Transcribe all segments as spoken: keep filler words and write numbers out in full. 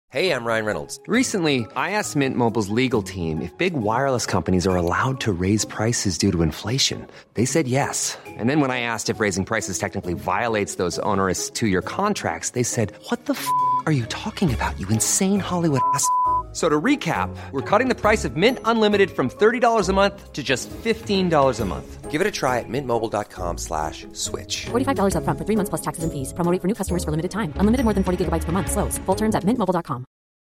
Hey, I'm Ryan Reynolds. Recently, I asked Mint Mobile's legal team if big wireless companies are allowed to raise prices due to inflation. They said yes. And then when I asked if raising prices technically violates those onerous two-year contracts, they said, what the f*** are you talking about, you insane Hollywood ass f- So to recap, we're cutting the price of Mint Unlimited from thirty dollars a month to just fifteen dollars a month. Give it a try at mintmobile.com slash switch. forty-five dollars up front for three months plus taxes and fees. Promo rate for new customers for limited time. Unlimited more than forty gigabytes per month. Slows full terms at mint mobile dot com.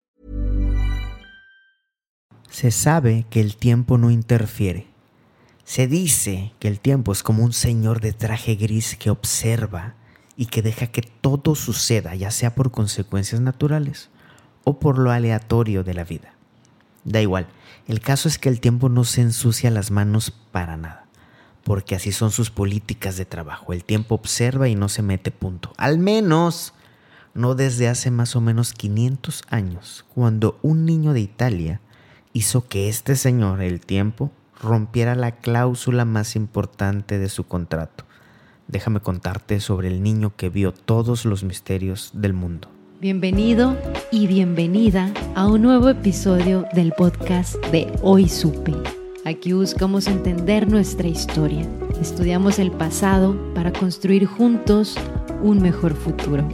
Se sabe que el tiempo no interfiere. Se dice que el tiempo es como un señor de traje gris que observa y que deja que todo suceda, ya sea por consecuencias naturales o por lo aleatorio de la vida. Da igual, el caso es que el tiempo no se ensucia las manos para nada, porque así son sus políticas de trabajo. El tiempo observa y no se mete, punto. Al menos no desde hace más o menos quinientos años, cuando un niño de Italia hizo que este señor, el tiempo, rompiera la cláusula más importante de su contrato. Déjame contarte sobre el niño que vio todos los misterios del mundo. Bienvenido y bienvenida a un nuevo episodio del podcast de Hoy Supe. Aquí buscamos entender nuestra historia, estudiamos el pasado para construir juntos un mejor futuro.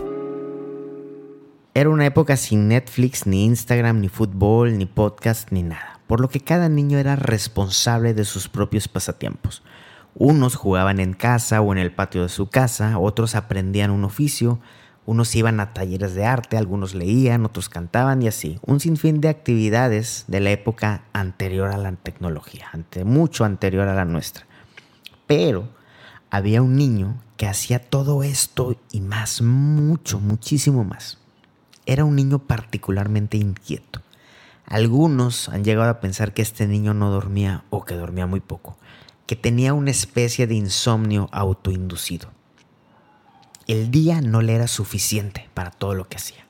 Era una época sin Netflix, ni Instagram, ni fútbol, ni podcast, ni nada, por lo que cada niño era responsable de sus propios pasatiempos. Unos jugaban en casa o en el patio de su casa, otros aprendían un oficio, unos iban a talleres de arte, algunos leían, otros cantaban y así. Un sinfín de actividades de la época anterior a la tecnología, ante, mucho anterior a la nuestra. Pero había un niño que hacía todo esto y más, mucho, muchísimo más. Era un niño particularmente inquieto. Algunos han llegado a pensar que este niño no dormía o que dormía muy poco, que tenía una especie de insomnio autoinducido. El día no le era suficiente para todo lo que hacía.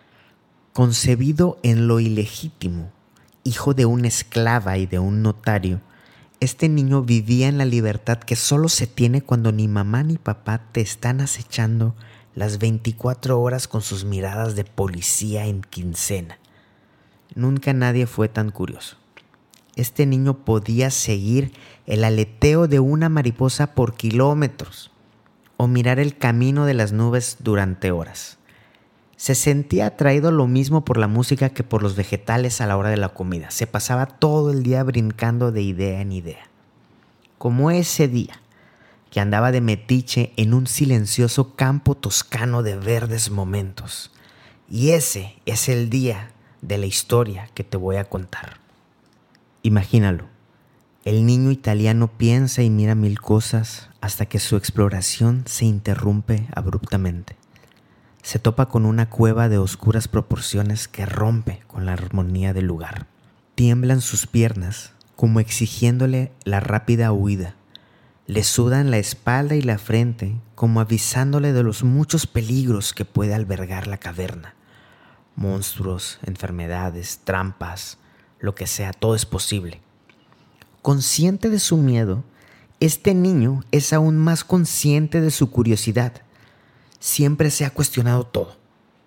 Concebido en lo ilegítimo, hijo de una esclava y de un notario, este niño vivía en la libertad que solo se tiene cuando ni mamá ni papá te están acechando las veinticuatro horas con sus miradas de policía en quincena. Nunca nadie fue tan curioso. Este niño podía seguir el aleteo de una mariposa por kilómetros o mirar el camino de las nubes durante horas. Se sentía atraído lo mismo por la música que por los vegetales a la hora de la comida. Se pasaba todo el día brincando de idea en idea. Como ese día que andaba de metiche en un silencioso campo toscano de verdes momentos. Y ese es el día de la historia que te voy a contar. Imagínalo. El niño italiano piensa y mira mil cosas hasta que su exploración se interrumpe abruptamente. Se topa con una cueva de oscuras proporciones que rompe con la armonía del lugar. Tiemblan sus piernas como exigiéndole la rápida huida. Le sudan la espalda y la frente como avisándole de los muchos peligros que puede albergar la caverna. Monstruos, enfermedades, trampas, lo que sea, todo es posible. Consciente de su miedo, este niño es aún más consciente de su curiosidad. Siempre se ha cuestionado todo.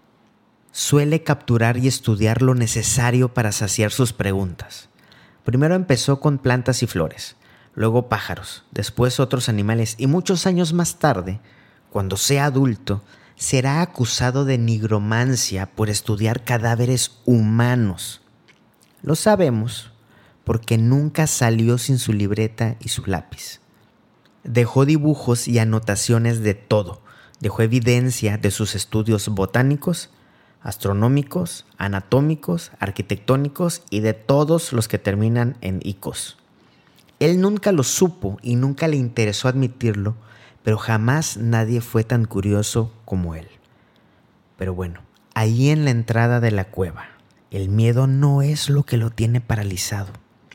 Suele capturar y estudiar lo necesario para saciar sus preguntas. Primero empezó con plantas y flores, luego pájaros, después otros animales y muchos años más tarde, cuando sea adulto, será acusado de nigromancia por estudiar cadáveres humanos. Lo sabemos porque nunca salió sin su libreta y su lápiz. Dejó dibujos y anotaciones de todo. Dejó evidencia de sus estudios botánicos, astronómicos, anatómicos, arquitectónicos y de todos los que terminan en icos. Él nunca lo supo y nunca le interesó admitirlo, pero jamás nadie fue tan curioso como él. Pero bueno, ahí en la entrada de la cueva, el miedo no es lo que lo tiene paralizado.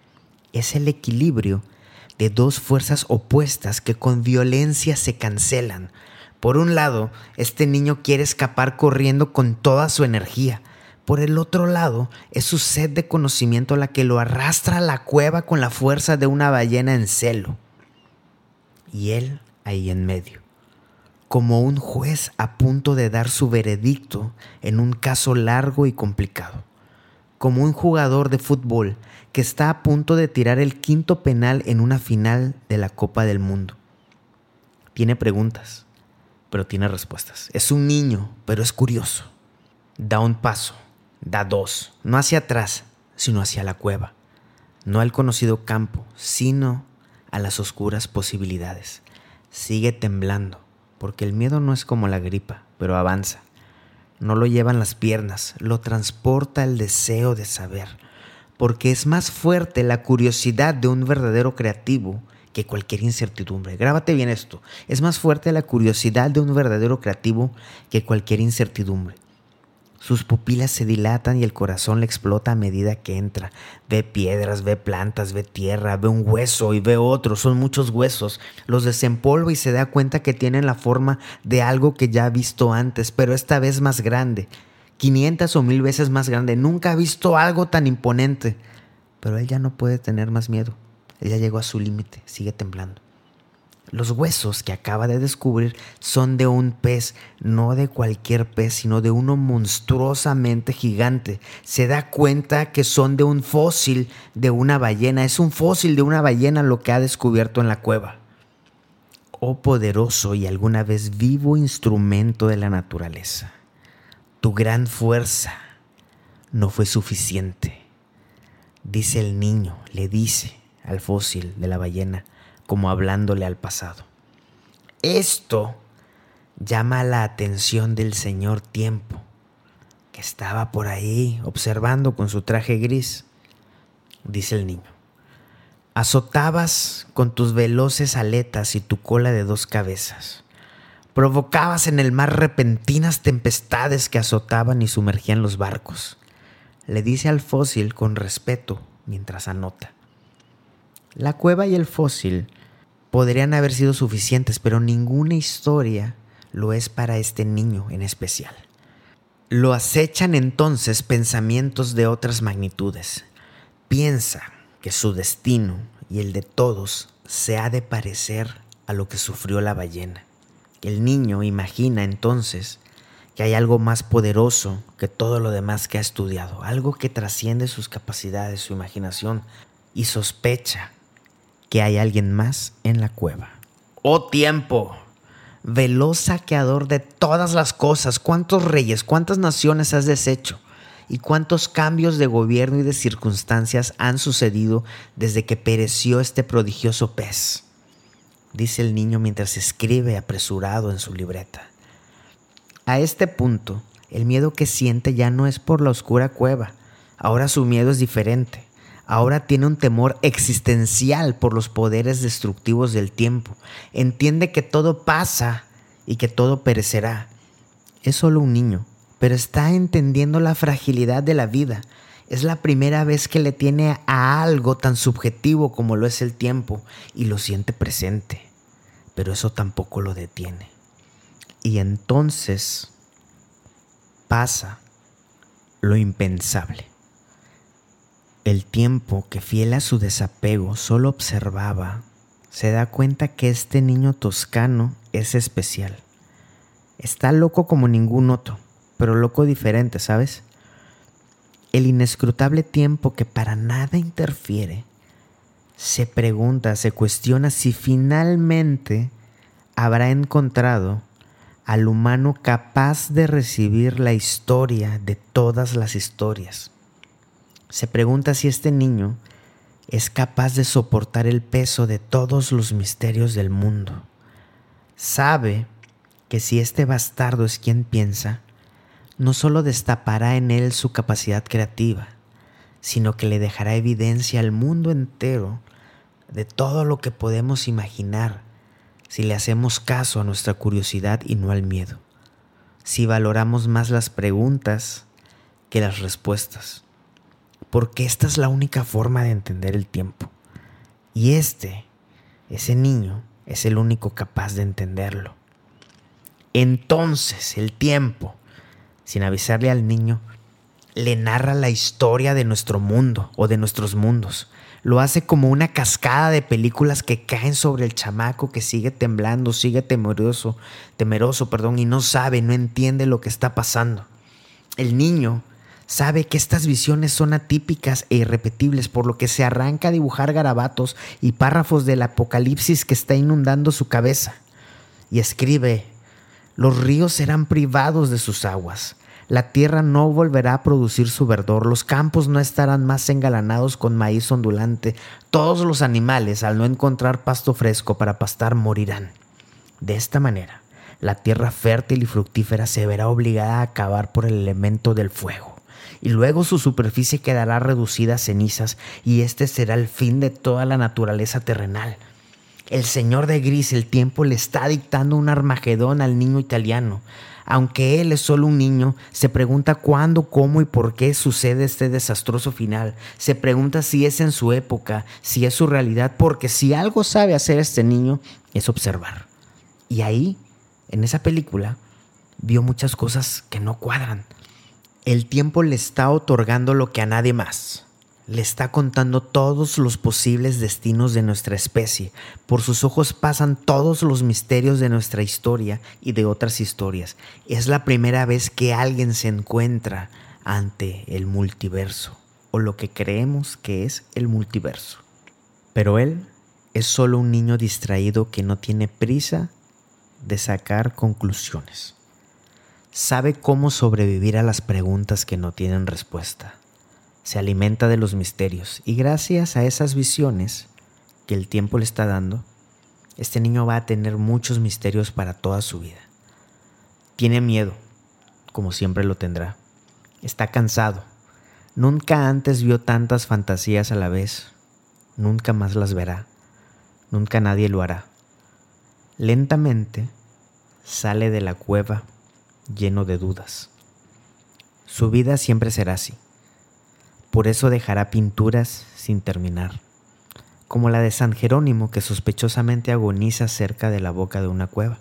Es el equilibrio de dos fuerzas opuestas que con violencia se cancelan. Por un lado, este niño quiere escapar corriendo con toda su energía. Por el otro lado, es su sed de conocimiento la que lo arrastra a la cueva con la fuerza de una ballena en celo. Y él ahí en medio, como un juez a punto de dar su veredicto en un caso largo y complicado, como un jugador de fútbol que está a punto de tirar el quinto penal en una final de la Copa del Mundo. Tiene preguntas, pero tiene respuestas. Es un niño, pero es curioso. Da un paso, da dos, no hacia atrás, sino hacia la cueva. No al conocido campo, sino a las oscuras posibilidades. Sigue temblando, porque el miedo no es como la gripa, pero avanza. No lo llevan las piernas, lo transporta el deseo de saber, porque es más fuerte la curiosidad de un verdadero creativo que cualquier incertidumbre. Grábate bien esto, es más fuerte la curiosidad de un verdadero creativo que cualquier incertidumbre. Sus pupilas se dilatan y el corazón le explota a medida que entra. Ve piedras, ve plantas, ve tierra, ve un hueso y ve otro. Son muchos huesos. Los desempolva y se da cuenta que tienen la forma de algo que ya ha visto antes, pero esta vez más grande. quinientas o mil veces más grande. Nunca ha visto algo tan imponente. Pero él ya no puede tener más miedo. Él ya llegó a su límite. Sigue temblando. Los huesos que acaba de descubrir son de un pez, no de cualquier pez, sino de uno monstruosamente gigante. Se da cuenta que son de un fósil de una ballena. Es un fósil de una ballena lo que ha descubierto en la cueva. Oh poderoso y alguna vez vivo instrumento de la naturaleza, tu gran fuerza no fue suficiente. Dice el niño, le dice al fósil de la ballena, como hablándole al pasado. Esto llama la atención del señor Tiempo, que estaba por ahí observando con su traje gris. Dice el niño, azotabas con tus veloces aletas y tu cola de dos cabezas. Provocabas en el mar repentinas tempestades que azotaban y sumergían los barcos. Le dice al fósil con respeto mientras anota. La cueva y el fósil podrían haber sido suficientes, pero ninguna historia lo es para este niño en especial. Lo acechan entonces pensamientos de otras magnitudes. Piensa que su destino y el de todos se ha de parecer a lo que sufrió la ballena. El niño imagina entonces que hay algo más poderoso que todo lo demás que ha estudiado, algo que trasciende sus capacidades, su imaginación, y sospecha que hay alguien más en la cueva. ¡Oh tiempo! Veloz saqueador de todas las cosas, ¿cuántos reyes, cuántas naciones has deshecho? ¿Y cuántos cambios de gobierno y de circunstancias han sucedido desde que pereció este prodigioso pez? Dice el niño mientras escribe apresurado en su libreta. A este punto, el miedo que siente ya no es por la oscura cueva. Ahora su miedo es diferente. Ahora tiene un temor existencial por los poderes destructivos del tiempo. Entiende que todo pasa y que todo perecerá. Es solo un niño, pero está entendiendo la fragilidad de la vida. Es la primera vez que le tiene a algo tan subjetivo como lo es el tiempo y lo siente presente. Pero eso tampoco lo detiene. Y entonces pasa lo impensable. El tiempo, que fiel a su desapego solo observaba, se da cuenta que este niño toscano es especial. Está loco como ningún otro, pero loco diferente, ¿sabes? El inescrutable tiempo que para nada interfiere, se pregunta, se cuestiona si finalmente habrá encontrado al humano capaz de recibir la historia de todas las historias. Se pregunta si este niño es capaz de soportar el peso de todos los misterios del mundo. Sabe que si este bastardo es quien piensa, no solo destapará en él su capacidad creativa, sino que le dejará evidencia al mundo entero de todo lo que podemos imaginar si le hacemos caso a nuestra curiosidad y no al miedo, si valoramos más las preguntas que las respuestas. Porque esta es la única forma de entender el tiempo. Y este, ese niño, es el único capaz de entenderlo. Entonces el tiempo, sin avisarle al niño, le narra la historia de nuestro mundo o de nuestros mundos. Lo hace como una cascada de películas que caen sobre el chamaco que sigue temblando, sigue temeroso, temeroso, perdón, y no sabe, no entiende lo que está pasando. El niño sabe que estas visiones son atípicas e irrepetibles, por lo que se arranca a dibujar garabatos y párrafos del apocalipsis que está inundando su cabeza. Y escribe: los ríos serán privados de sus aguas. La tierra no volverá a producir su verdor, los campos no estarán más engalanados con maíz ondulante, todos los animales, al no encontrar pasto fresco para pastar, morirán. De esta manera, la tierra fértil y fructífera se verá obligada a acabar por el elemento del fuego, y luego su superficie quedará reducida a cenizas, y este será el fin de toda la naturaleza terrenal. El señor de gris, el tiempo, le está dictando un Armagedón al niño italiano. Aunque él es solo un niño, se pregunta cuándo, cómo y por qué sucede este desastroso final. Se pregunta si es en su época, si es su realidad, porque si algo sabe hacer este niño es observar. Y ahí, en esa película, vio muchas cosas que no cuadran. El tiempo le está otorgando lo que a nadie más. Le está contando todos los posibles destinos de nuestra especie. Por sus ojos pasan todos los misterios de nuestra historia y de otras historias. Es la primera vez que alguien se encuentra ante el multiverso, o lo que creemos que es el multiverso. Pero él es solo un niño distraído que no tiene prisa de sacar conclusiones. Sabe cómo sobrevivir a las preguntas que no tienen respuesta. Se alimenta de los misterios, y gracias a esas visiones que el tiempo le está dando, este niño va a tener muchos misterios para toda su vida. Tiene miedo, como siempre lo tendrá. Está cansado. Nunca antes vio tantas fantasías a la vez. Nunca más las verá. Nunca nadie lo hará. Lentamente sale de la cueva lleno de dudas. Su vida siempre será así. Por eso dejará pinturas sin terminar, como la de San Jerónimo, que sospechosamente agoniza cerca de la boca de una cueva.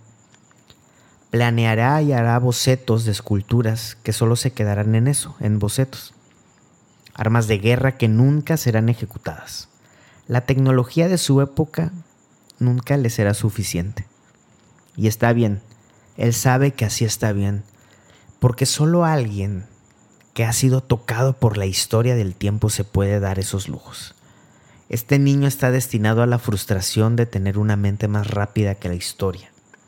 Planeará y hará bocetos de esculturas que solo se quedarán en eso, en bocetos. Armas de guerra que nunca serán ejecutadas. La tecnología de su época nunca le será suficiente. Y está bien, él sabe que así está bien, porque solo alguien que ha sido tocado por la historia del tiempo se puede dar esos lujos. Este niño está destinado a la frustración de tener una mente más rápida que la historia.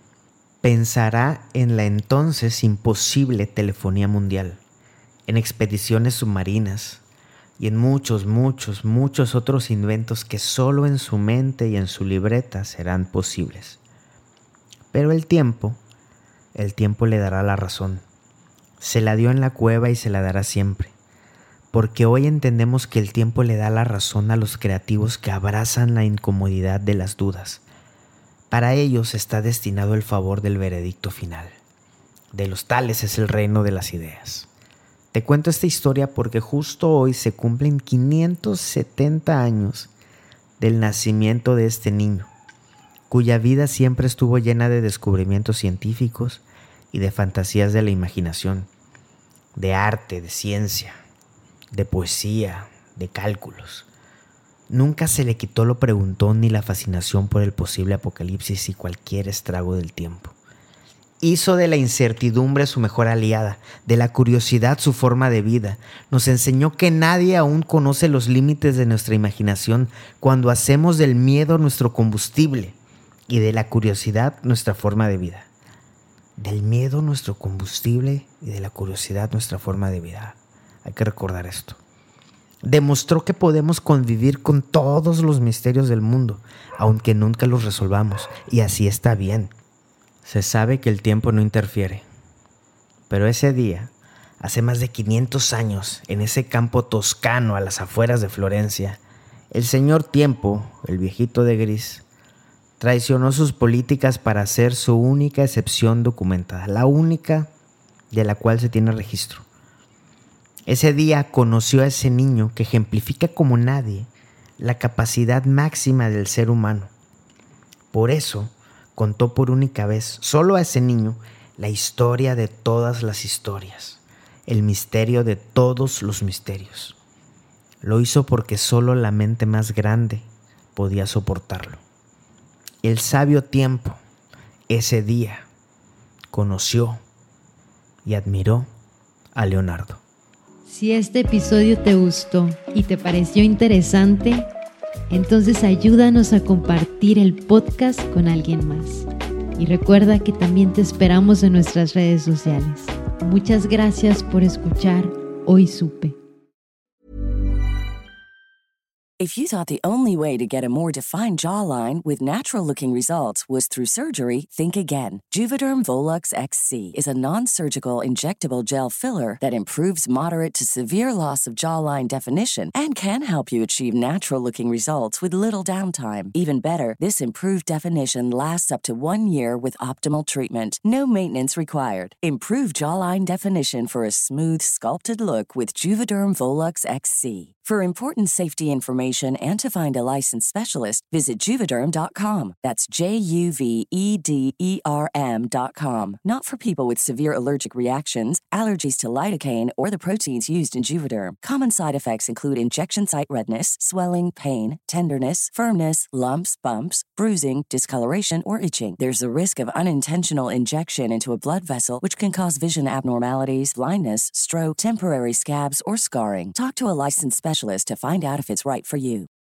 Pensará en la entonces imposible telefonía mundial, en expediciones submarinas y en muchos, muchos, muchos otros inventos que solo en su mente y en su libreta serán posibles. Pero el tiempo, el tiempo le dará la razón. Se la dio en la cueva y se la dará siempre, porque hoy entendemos que el tiempo le da la razón a los creativos que abrazan la incomodidad de las dudas. Para ellos está destinado el favor del veredicto final. De los tales es el reino de las ideas. Te cuento esta historia porque justo hoy se cumplen quinientos setenta años del nacimiento de este niño, cuya vida siempre estuvo llena de descubrimientos científicos y de fantasías de la imaginación, de arte, de ciencia, de poesía, de cálculos. Nunca se le quitó lo preguntón ni la fascinación por el posible apocalipsis y cualquier estrago del tiempo. Hizo de la incertidumbre su mejor aliada, de la curiosidad su forma de vida. Nos enseñó que nadie aún conoce los límites de nuestra imaginación cuando hacemos del miedo nuestro combustible y de la curiosidad nuestra forma de vida. Del miedo nuestro combustible y de la curiosidad nuestra forma de vida. Hay que recordar esto. Demostró que podemos convivir con todos los misterios del mundo, aunque nunca los resolvamos, y así está bien. Se sabe que el tiempo no interfiere, pero ese día, hace más de quinientos años, en ese campo toscano a las afueras de Florencia, el señor Tiempo, el viejito de gris, traicionó sus políticas para ser su única excepción documentada, la única de la cual se tiene registro. Ese día conoció a ese niño que ejemplifica como nadie la capacidad máxima del ser humano. Por eso contó por única vez, solo a ese niño, la historia de todas las historias. el misterio de todos los misterios. Lo hizo porque solo la mente más grande podía soportarlo. El sabio tiempo, ese día, conoció y admiró a Leonardo. Si este episodio te gustó y te pareció interesante, entonces ayúdanos a compartir el podcast con alguien más. Y recuerda que también te esperamos en nuestras redes sociales. Muchas gracias por escuchar Hoy Supe. If you thought the only way to get a more defined jawline with natural-looking results was through surgery, think again. Juvederm Volux X C is a non-surgical injectable gel filler that improves moderate to severe loss of jawline definition and can help you achieve natural-looking results with little downtime. Even better, this improved definition lasts up to one year with optimal treatment. No maintenance required. Improve jawline definition for a smooth, sculpted look with Juvederm Volux X C. For important safety information and to find a licensed specialist, visit Juvederm dot com. That's J U V E D E R M dot com. Not for people with severe allergic reactions, allergies to lidocaine, or the proteins used in Juvederm. Common side effects include injection site redness, swelling, pain, tenderness, firmness, lumps, bumps, bruising, discoloration, or itching. There's a risk of unintentional injection into a blood vessel, which can cause vision abnormalities, blindness, stroke, temporary scabs, or scarring. Talk to a licensed specialist to find out if it's right for you.